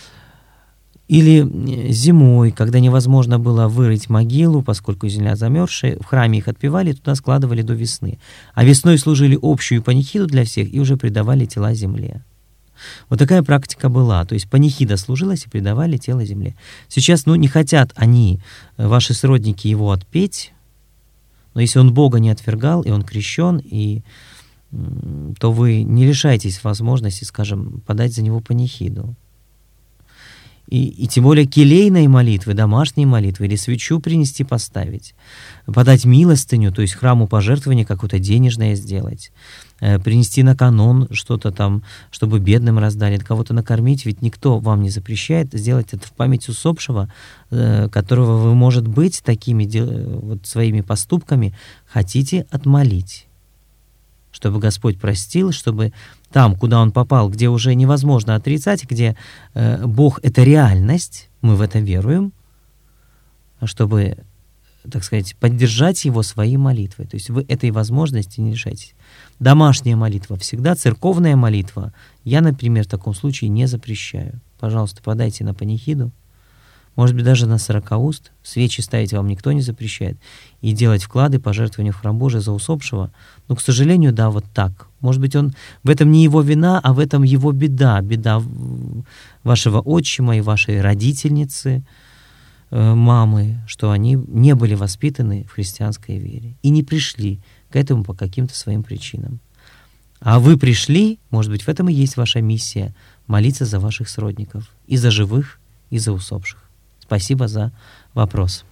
S1: Или зимой, когда невозможно было вырыть могилу, поскольку земля замерзшая, в храме их отпевали, туда складывали до весны. А весной служили общую панихиду для всех и уже предавали тела земле. Вот такая практика была. То есть панихида служилась и предавали тело земле. Сейчас, ну, не хотят они, ваши сродники, его отпеть, но если он Бога не отвергал, и он крещен, и, то вы не лишаетесь возможности, скажем, подать за него панихиду. И, и тем более келейной молитвы, домашней молитвы, или свечу принести, поставить, подать милостыню, то есть храму пожертвования какое-то денежное сделать, э, принести на канон что-то там, чтобы бедным раздали, кого-то накормить, ведь никто вам не запрещает сделать это в память усопшего, э, которого вы, может быть, такими дел- вот своими поступками хотите отмолить, чтобы Господь простил, чтобы там, куда он попал, где уже невозможно отрицать, где э, Бог — это реальность, мы в это веруем, чтобы, так сказать, поддержать его своей молитвой. То есть вы этой возможности не лишаетесь. Домашняя молитва всегда, церковная молитва я, например, в таком случае не запрещаю. Пожалуйста, подайте на панихиду, может быть, даже на сорокауст. Свечи ставить вам никто не запрещает. И делать вклады, пожертвования в храм Божий за усопшего. Но, к сожалению, да, вот так. Может быть, он в этом не его вина, а в этом его беда. Беда вашего отчима и вашей родительницы, э, мамы, что они не были воспитаны в христианской вере и не пришли к этому по каким-то своим причинам. А вы пришли, может быть, в этом и есть ваша миссия — молиться за ваших сродников, и за живых, и за усопших. Спасибо за вопрос.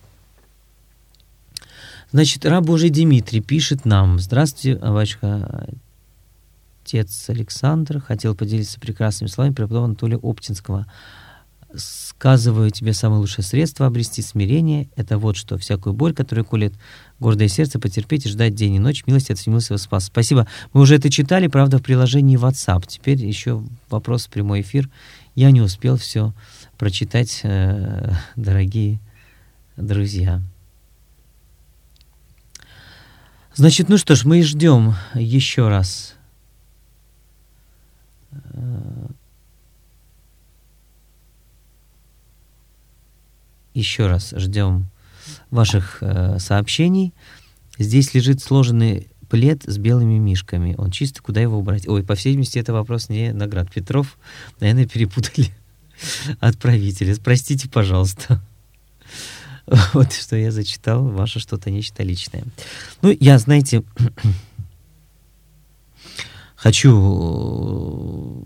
S1: Значит, раб Божий Дмитрий пишет нам: «Здравствуйте, батюшка, отец Александр. Хотел поделиться прекрасными словами преподобного Анатолия Оптинского. Сказываю тебе самое лучшее средство обрести смирение. Это вот что: всякую боль, которая колет гордое сердце, потерпеть и ждать день и ночь. Милости от всемилостивого спаса». Спасибо. Мы уже это читали, правда, в приложении WhatsApp. Теперь еще вопрос в прямой эфир. Я не успел все прочитать, э, дорогие друзья. Значит, ну что ж, мы ждем еще раз еще раз ждем ваших э, сообщений. Здесь лежит сложенный плед с белыми мишками. Он чистый, куда его убрать? Ой, по всей видимости, это вопрос не Наград Петров. Наверное, перепутали отправителя. Простите, пожалуйста. Вот что я зачитал, ваше что-то нечто личное. Ну, я, знаете, хочу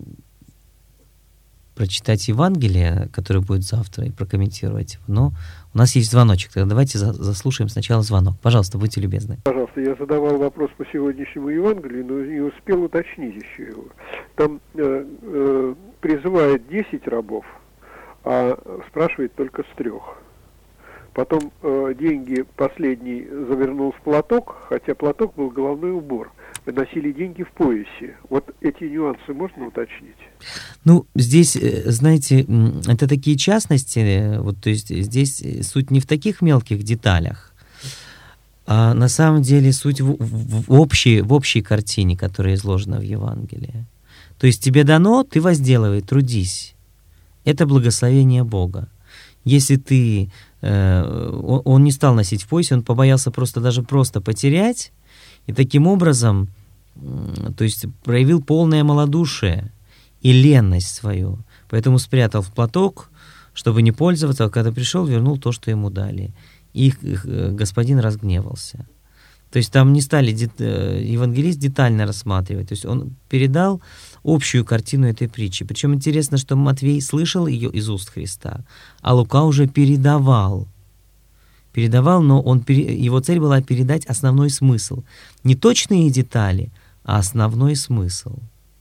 S1: прочитать Евангелие, которое будет завтра, и прокомментировать его. Но у нас есть звоночек. Тогда давайте за- заслушаем сначала звонок. Пожалуйста, будьте любезны.
S4: Пожалуйста, я задавал вопрос по сегодняшнему Евангелию, но не успел уточнить еще его. Там э, э, призывает десять рабов, а спрашивает только с трех. Потом э, деньги последний завернул в платок, хотя платок был головной убор. Выносили деньги в поясе. Вот эти нюансы можно уточнить?
S1: Ну, здесь, знаете, это такие частности, вот, то есть здесь суть не в таких мелких деталях, а на самом деле суть в, в, в, общей, в общей картине, которая изложена в Евангелии. То есть тебе дано, ты возделывай, трудись. Это благословение Бога. Если ты... Э, он, он не стал носить в поясе, он побоялся просто даже просто потерять, и таким образом, э, то есть проявил полное малодушие и ленность свою. Поэтому спрятал в платок, чтобы не пользоваться, а когда пришел, вернул то, что ему дали. И их, их, господин разгневался. То есть там не стали дет... евангелист детально рассматривать. То есть он передал общую картину этой притчи. Причем интересно, что Матвей слышал ее из уст Христа, а Лука уже передавал. Передавал, но он, его цель была передать основной смысл. Не точные детали, а основной смысл.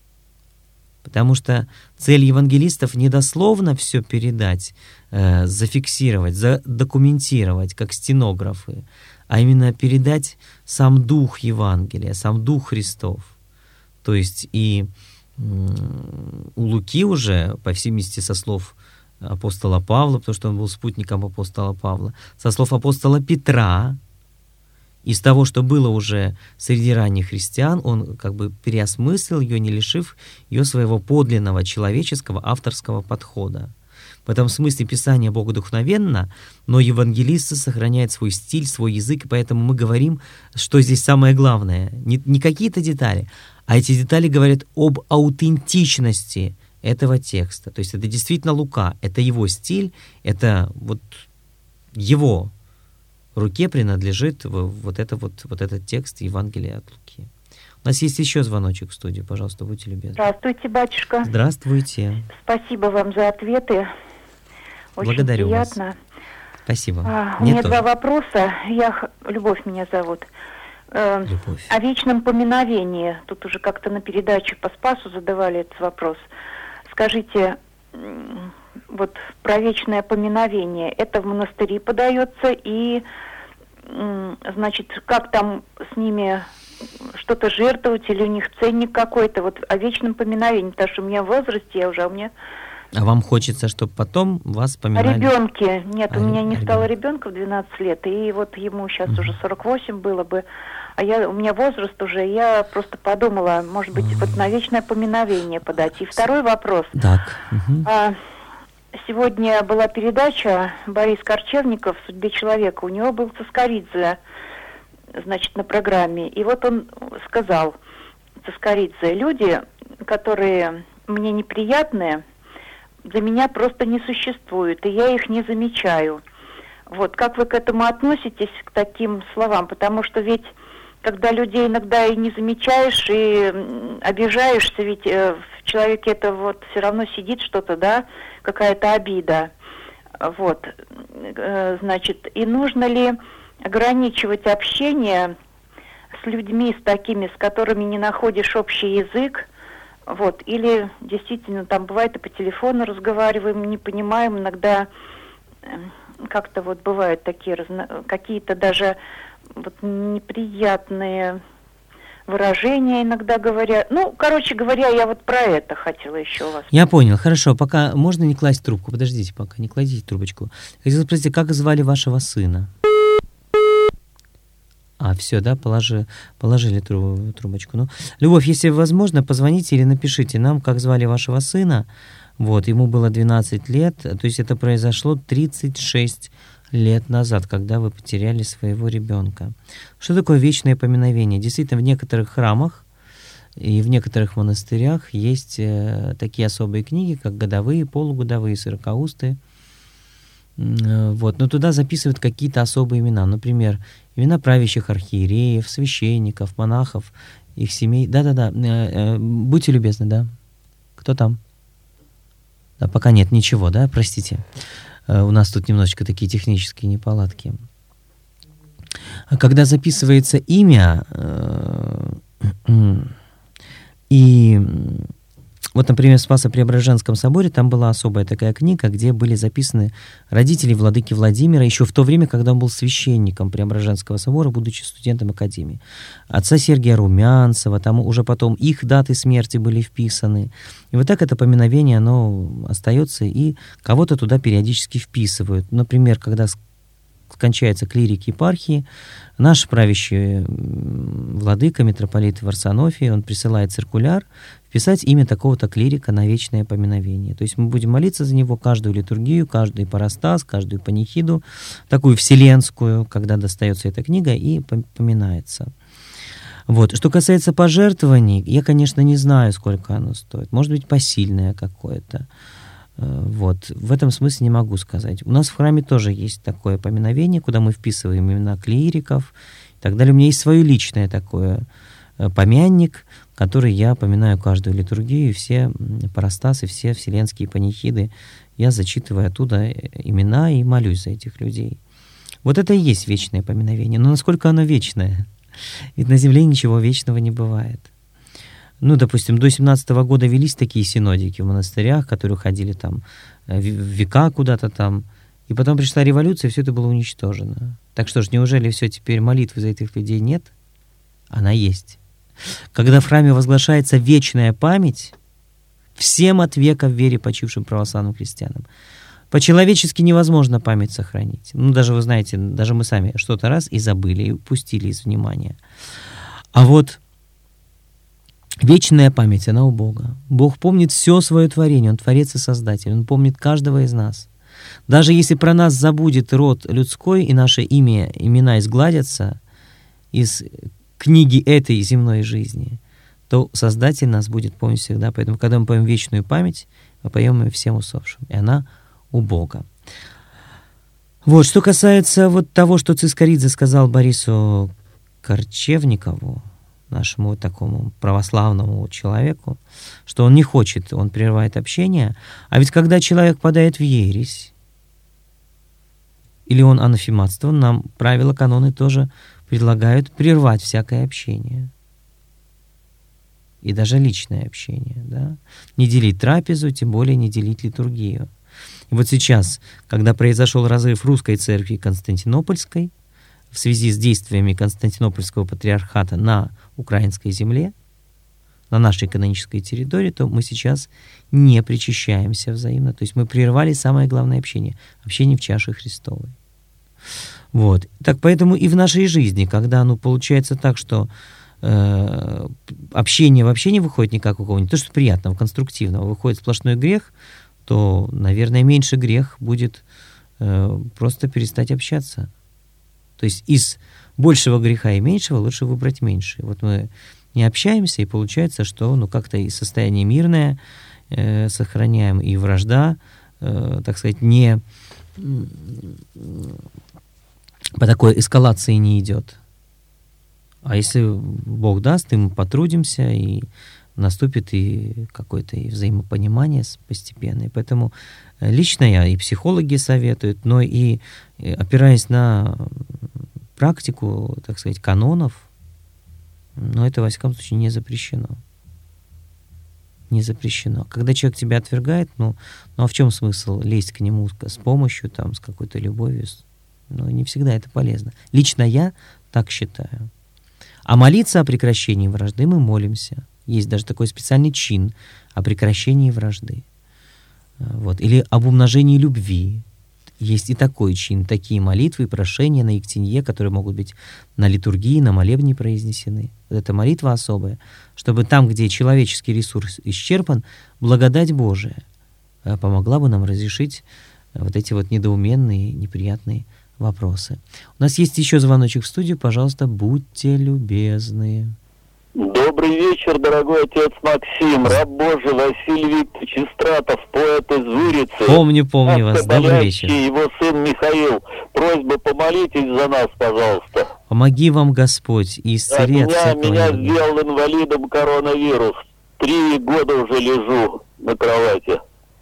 S1: Потому что цель евангелистов не дословно все передать, э, зафиксировать, задокументировать, как стенографы, а именно передать сам дух Евангелия, сам дух Христов. То есть и э, у Луки уже, по всей видимости, со слов апостола Павла, потому что он был спутником апостола Павла, со слов апостола Петра, из того, что было уже среди ранних христиан, он как бы переосмыслил ее, не лишив ее своего подлинного человеческого авторского подхода. В этом смысле Писание богодухновенно, но евангелисты сохраняют свой стиль, свой язык, и поэтому мы говорим, что здесь самое главное. Не, не какие-то детали, а эти детали говорят об аутентичности этого текста. То есть это действительно Лука, это его стиль, это вот его руке принадлежит вот, это вот, вот этот текст Евангелия от Луки. У нас есть еще звоночек в студию. Пожалуйста, будьте любезны.
S8: Здравствуйте, батюшка.
S1: Здравствуйте.
S8: Спасибо вам за ответы.
S7: Очень
S1: Благодарю
S7: приятно.
S1: вас. Спасибо.
S7: А, у
S1: Мне
S7: меня
S1: тоже.
S7: два вопроса. Я Любовь меня зовут. Э,
S1: Любовь.
S7: О вечном поминовении. Тут уже как-то на передаче по Спасу задавали этот вопрос. Скажите, вот про вечное поминовение. Это в монастыре подается, и, значит, как там с ними что-то жертвовать, или у них ценник какой-то, вот о вечном поминовении, потому что у меня в возрасте, я уже, а у меня...
S1: А вам хочется, чтобы потом вас
S7: О
S1: поминали?
S7: ребенке. Нет,
S1: А,
S7: у меня не
S1: о
S7: стало
S1: ребенке.
S7: ребенка в двенадцать лет, и вот ему сейчас
S1: Мгм.
S7: уже сорок восемь было бы, а я, у меня возраст уже, я просто подумала, может быть, вот на вечное поминовение подать. И второй вопрос.
S1: Так. Мгм.
S7: А, сегодня была передача Борис Корчевников «В судьбе человека». У него был Цискоридзе, значит, на программе. И вот он сказал, Цискоридзе, люди, которые мне неприятны, для меня просто не существуют, и я их не замечаю. Вот, как вы к этому относитесь, к таким словам? Потому что ведь, когда людей иногда и не замечаешь, и м, обижаешься, ведь э, в человеке это вот все равно сидит что-то, да, какая-то обида. Вот, э, значит, и нужно ли ограничивать общение с людьми, с такими, с которыми не находишь общий язык, вот, или действительно там бывает и по телефону разговариваем, не понимаем, иногда э, как-то вот бывают такие разно... какие-то даже вот неприятные выражения иногда говорят. Ну, короче говоря, я вот про это хотела еще у вас.
S1: Я понял, хорошо, пока можно не класть трубку, подождите пока, не кладите трубочку. Хотел спросить, как звали вашего сына? А, все, да, положи, положили тру, трубочку. Ну, Любовь, если возможно, позвоните или напишите нам, как звали вашего сына. Вот, ему было двенадцать лет, то есть это произошло тридцать шесть лет назад, когда вы потеряли своего ребенка. Что такое вечное поминовение? Действительно, в некоторых храмах и в некоторых монастырях есть э, такие особые книги, как годовые, полугодовые, сорокаустые. Вот, но туда записывают какие-то особые имена. Например, имена правящих архиереев, священников, монахов, их семей. Да-да-да, э, э, будьте любезны, да. Кто там? Да, пока нет ничего, да, простите. Э, у нас тут немножечко такие технические неполадки. Когда записывается имя, э, и вот, например, в Спасо-Преображенском соборе там была особая такая книга, где были записаны родители владыки Владимира еще в то время, когда он был священником Преображенского собора, будучи студентом академии. Отца Сергия Румянцева, там уже потом их даты смерти были вписаны. И вот так это поминовение, оно остается, и кого-то туда периодически вписывают. Например, когда скончается клирик епархии, наш правящий владыка, митрополит Варсонофий, он присылает циркуляр, вписать имя такого-то клирика на вечное поминовение. То есть мы будем молиться за него каждую литургию, каждый ипостас, каждую панихиду, такую вселенскую, когда достается эта книга и поминается. Вот. Что касается пожертвований, я, конечно, не знаю, сколько оно стоит. Может быть, посильное какое-то. Вот. В этом смысле не могу сказать. У нас в храме тоже есть такое поминовение, куда мы вписываем имена клириков и так далее. У меня есть свое личное такое помянник, который я поминаю каждую литургию, и все парастасы, все вселенские панихиды. Я зачитываю оттуда имена и молюсь за этих людей. Вот это и есть вечное поминовение. Но насколько оно вечное? Ведь на земле ничего вечного не бывает. Ну, допустим, до семнадцатого года велись такие синодики в монастырях, которые ходили там в века куда-то там. И потом пришла революция, и все это было уничтожено. Так что ж, неужели все теперь молитвы за этих людей нет? Она есть. Когда в храме возглашается вечная память всем от века в вере почившим православным христианам, по-человечески невозможно память сохранить. Ну, даже, вы знаете, даже мы сами что-то раз и забыли, и упустили из внимания. А вот вечная память, она у Бога. Бог помнит все свое творение, Он Творец и Создатель, Он помнит каждого из нас. Даже если про нас забудет род людской, и наше имя, имена изгладятся из книги этой земной жизни, то Создатель нас будет помнить всегда. Поэтому, когда мы поем вечную память, мы поем ее всем усопшим. И она у Бога. Вот, что касается вот того, что Цискоридзе сказал Борису Корчевникову, нашему вот такому православному человеку, что он не хочет, он прерывает общение. А ведь когда человек падает в ересь, или он анафематствован, нам правила, каноны тоже предлагают прервать всякое общение. И даже личное общение, да? Не делить трапезу, тем более не делить литургию. И вот сейчас, когда произошел разрыв русской церкви и Константинопольской, в связи с действиями Константинопольского патриархата на украинской земле, на нашей канонической территории, то мы сейчас не причащаемся взаимно. То есть мы прервали самое главное общение, общение в чаше Христовой. Вот. Так поэтому и в нашей жизни, когда ну, получается так, что э, общение вообще не выходит никак у кого-нибудь, то, что приятного, конструктивного, выходит сплошной грех, то, наверное, меньше грех будет э, просто перестать общаться. То есть из большего греха и меньшего лучше выбрать меньше. Вот мы не общаемся, и получается, что ну, как-то и состояние мирное э, сохраняем, и вражда, э, так сказать, не по такой эскалации не идет. А если Бог даст, и мы потрудимся, и наступит и какое-то и взаимопонимание постепенное. Поэтому лично я, и психологи советуют, но и опираясь на практику, так сказать, канонов, но это, во всяком случае, не запрещено. Не запрещено. Когда человек тебя отвергает, ну, ну а в чем смысл лезть к нему с помощью, там, с какой-то любовью? Ну, не всегда это полезно. Лично я так считаю. А молиться о прекращении вражды мы молимся. Есть даже такой специальный чин о прекращении вражды. Вот. Или об умножении любви. Есть и такой чин, такие молитвы и прошения на Ектенье, которые могут быть на литургии, на молебне произнесены. Вот эта молитва особая, чтобы там, где человеческий ресурс исчерпан, благодать Божия помогла бы нам разрешить вот эти вот недоуменные, неприятные вопросы. У нас есть еще звоночек в студию. Пожалуйста, будьте любезны.
S8: Добрый вечер, дорогой отец Максим, раб Божий Василий Викторович Истратов, поэт из Вырицы.
S1: Помню, помню вас. Добрый вечер.
S8: Его сын Михаил. Просьба, помолитесь за нас, пожалуйста.
S1: Помоги вам Господь и исцели от всякого.
S8: Меня сделал инвалидом коронавирус. Три года уже лежу на кровати.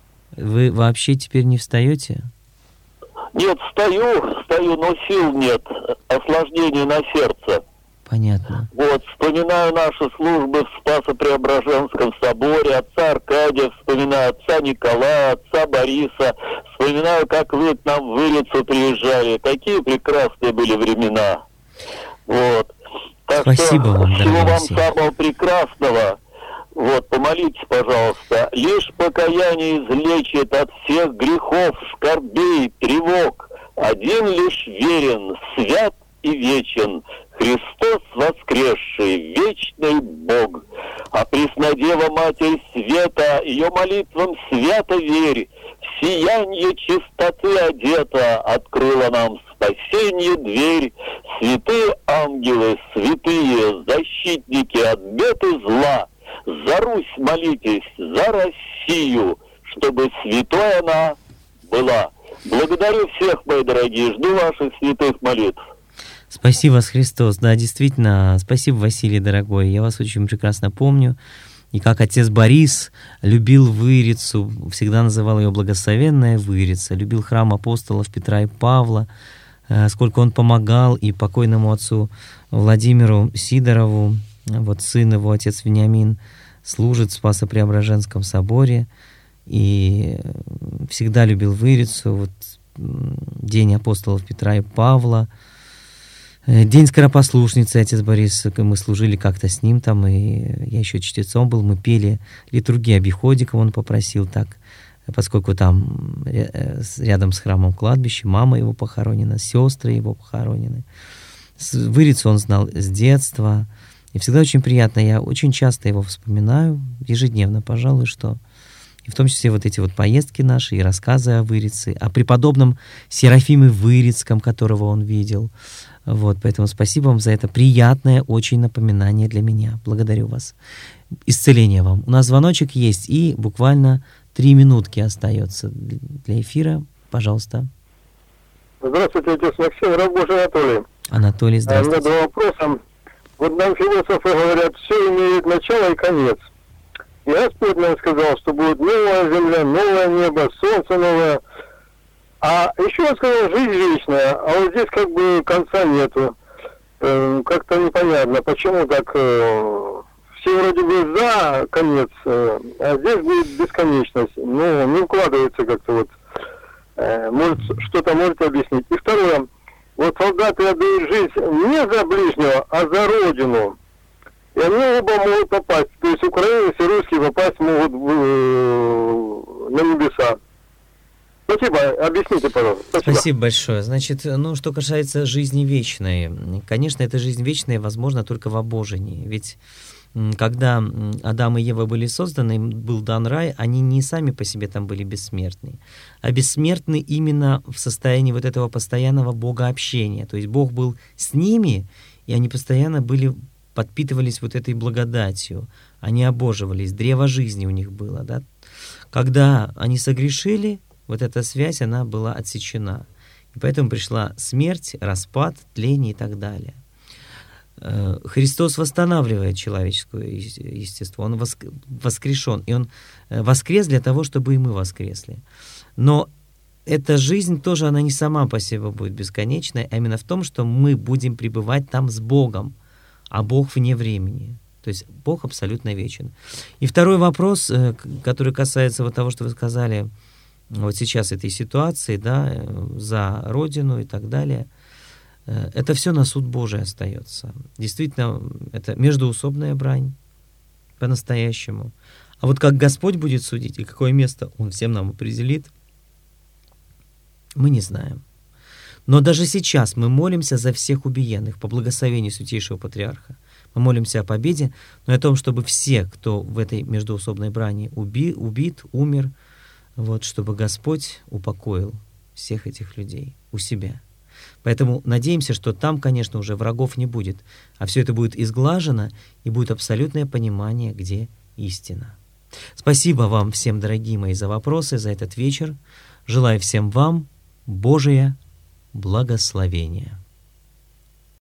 S1: Вы вообще теперь не встаете?
S8: Нет, встаю, встаю, но сил нет. Осложнение на сердце.
S1: Понятно.
S8: Вот, вспоминаю наши службы в Спасо-Преображенском соборе, отца Аркадия, вспоминаю отца Николая, отца Бориса, вспоминаю, как вы к нам в Вырицу приезжали, какие прекрасные были времена. Вот. Так
S1: Спасибо
S8: что,
S1: вам,
S8: всего вам
S1: Василий.
S8: самого прекрасного. Вот, помолитесь, пожалуйста. Лишь покаяние излечит от всех грехов, скорбей, тревог. Один лишь верен, свят и вечен, Христос воскресший, вечный Бог. А Преснодева Матерь Света, ее молитвам свято верь, в сиянье чистоты одета, открыла нам спасенье дверь. Святые ангелы, святые защитники от бед и зла, за Русь молитесь, за Россию, чтобы святой она была. Благодарю всех, мои дорогие, жду ваших святых молитв.
S1: Спасибо вас, Христос. Да, действительно, спасибо, Василий, дорогой. Я вас очень прекрасно помню. И как отец Борис любил Вырицу, всегда называл ее благословенная Вырица, любил храм апостолов Петра и Павла, сколько он помогал и покойному отцу Владимиру Сидорову, вот сын его, отец Вениамин, служит в Спасо-Преображенском соборе и всегда любил Вырицу. Вот день апостолов Петра и Павла, день скоропослушницы, отец Борис, мы служили как-то с ним там, и я еще чтецом был, мы пели литургию обиходика, он попросил так, поскольку там рядом с храмом кладбище, мама его похоронена, сестры его похоронены. Вырицу он знал с детства, и всегда очень приятно, я очень часто его вспоминаю, ежедневно, пожалуй, что и в том числе вот эти вот поездки наши, и рассказы о Вырице, о преподобном Серафиме Вырицком, которого он видел. Вот, поэтому спасибо вам за это приятное очень напоминание для меня. Благодарю вас. Исцеление вам. У нас звоночек есть, и буквально три минутки остается для эфира. Пожалуйста.
S9: Здравствуйте, отец Максим, раб Божий Анатолий.
S1: Анатолий, здравствуйте.
S9: У меня два вопроса. Вот нам философы говорят, все имеет начало и конец. И Господь нам сказал, что будет новая земля, новое небо, солнце новое. А еще он сказал, жизнь вечная, а вот здесь как бы конца нету. Э, как-то непонятно, почему так... Э, все вроде бы за конец, э, а здесь будет бесконечность. Ну, не укладывается как-то вот. Э, может, что-то можете объяснить. И второе. Вот солдаты отдают жизнь не за ближнего, а за родину. И они оба могут попасть. То есть украинцы и русские попасть могут в, э, на небеса. Спасибо. Объясните, пожалуйста. Спасибо.
S1: Спасибо большое. Значит, ну, что касается жизни вечной. Конечно, эта жизнь вечная возможна только в обожении. Ведь когда Адам и Ева были созданы, им был дан рай, они не сами по себе там были бессмертны, а бессмертны именно в состоянии вот этого постоянного богообщения. То есть Бог был с ними, и они постоянно были, подпитывались вот этой благодатью, они обоживались, древо жизни у них было. Да? Когда они согрешили, вот эта связь, она была отсечена. И поэтому пришла смерть, распад, тление и так далее. Христос восстанавливает человеческое естество, Он воскрешен, и Он воскрес для того, чтобы и мы воскресли. Но эта жизнь тоже, она не сама по себе будет бесконечной, а именно в том, что мы будем пребывать там с Богом, а Бог вне времени. То есть Бог абсолютно вечен. И второй вопрос, который касается вот того, что вы сказали вот сейчас этой ситуации, да, за Родину и так далее, это все на суд Божий остается. Действительно, это междоусобная брань по-настоящему. А вот как Господь будет судить и какое место Он всем нам определит, мы не знаем. Но даже сейчас мы молимся за всех убиенных по благословению Святейшего Патриарха. Мы молимся о победе, но и о том, чтобы все, кто в этой междоусобной брани уби, убит, умер, вот, чтобы Господь упокоил всех этих людей у себя. Поэтому надеемся, что там, конечно, уже врагов не будет, а все это будет изглажено, и будет абсолютное понимание, где истина. Спасибо вам всем, дорогие мои, за вопросы, за этот вечер. Желаю всем вам Божия благословения.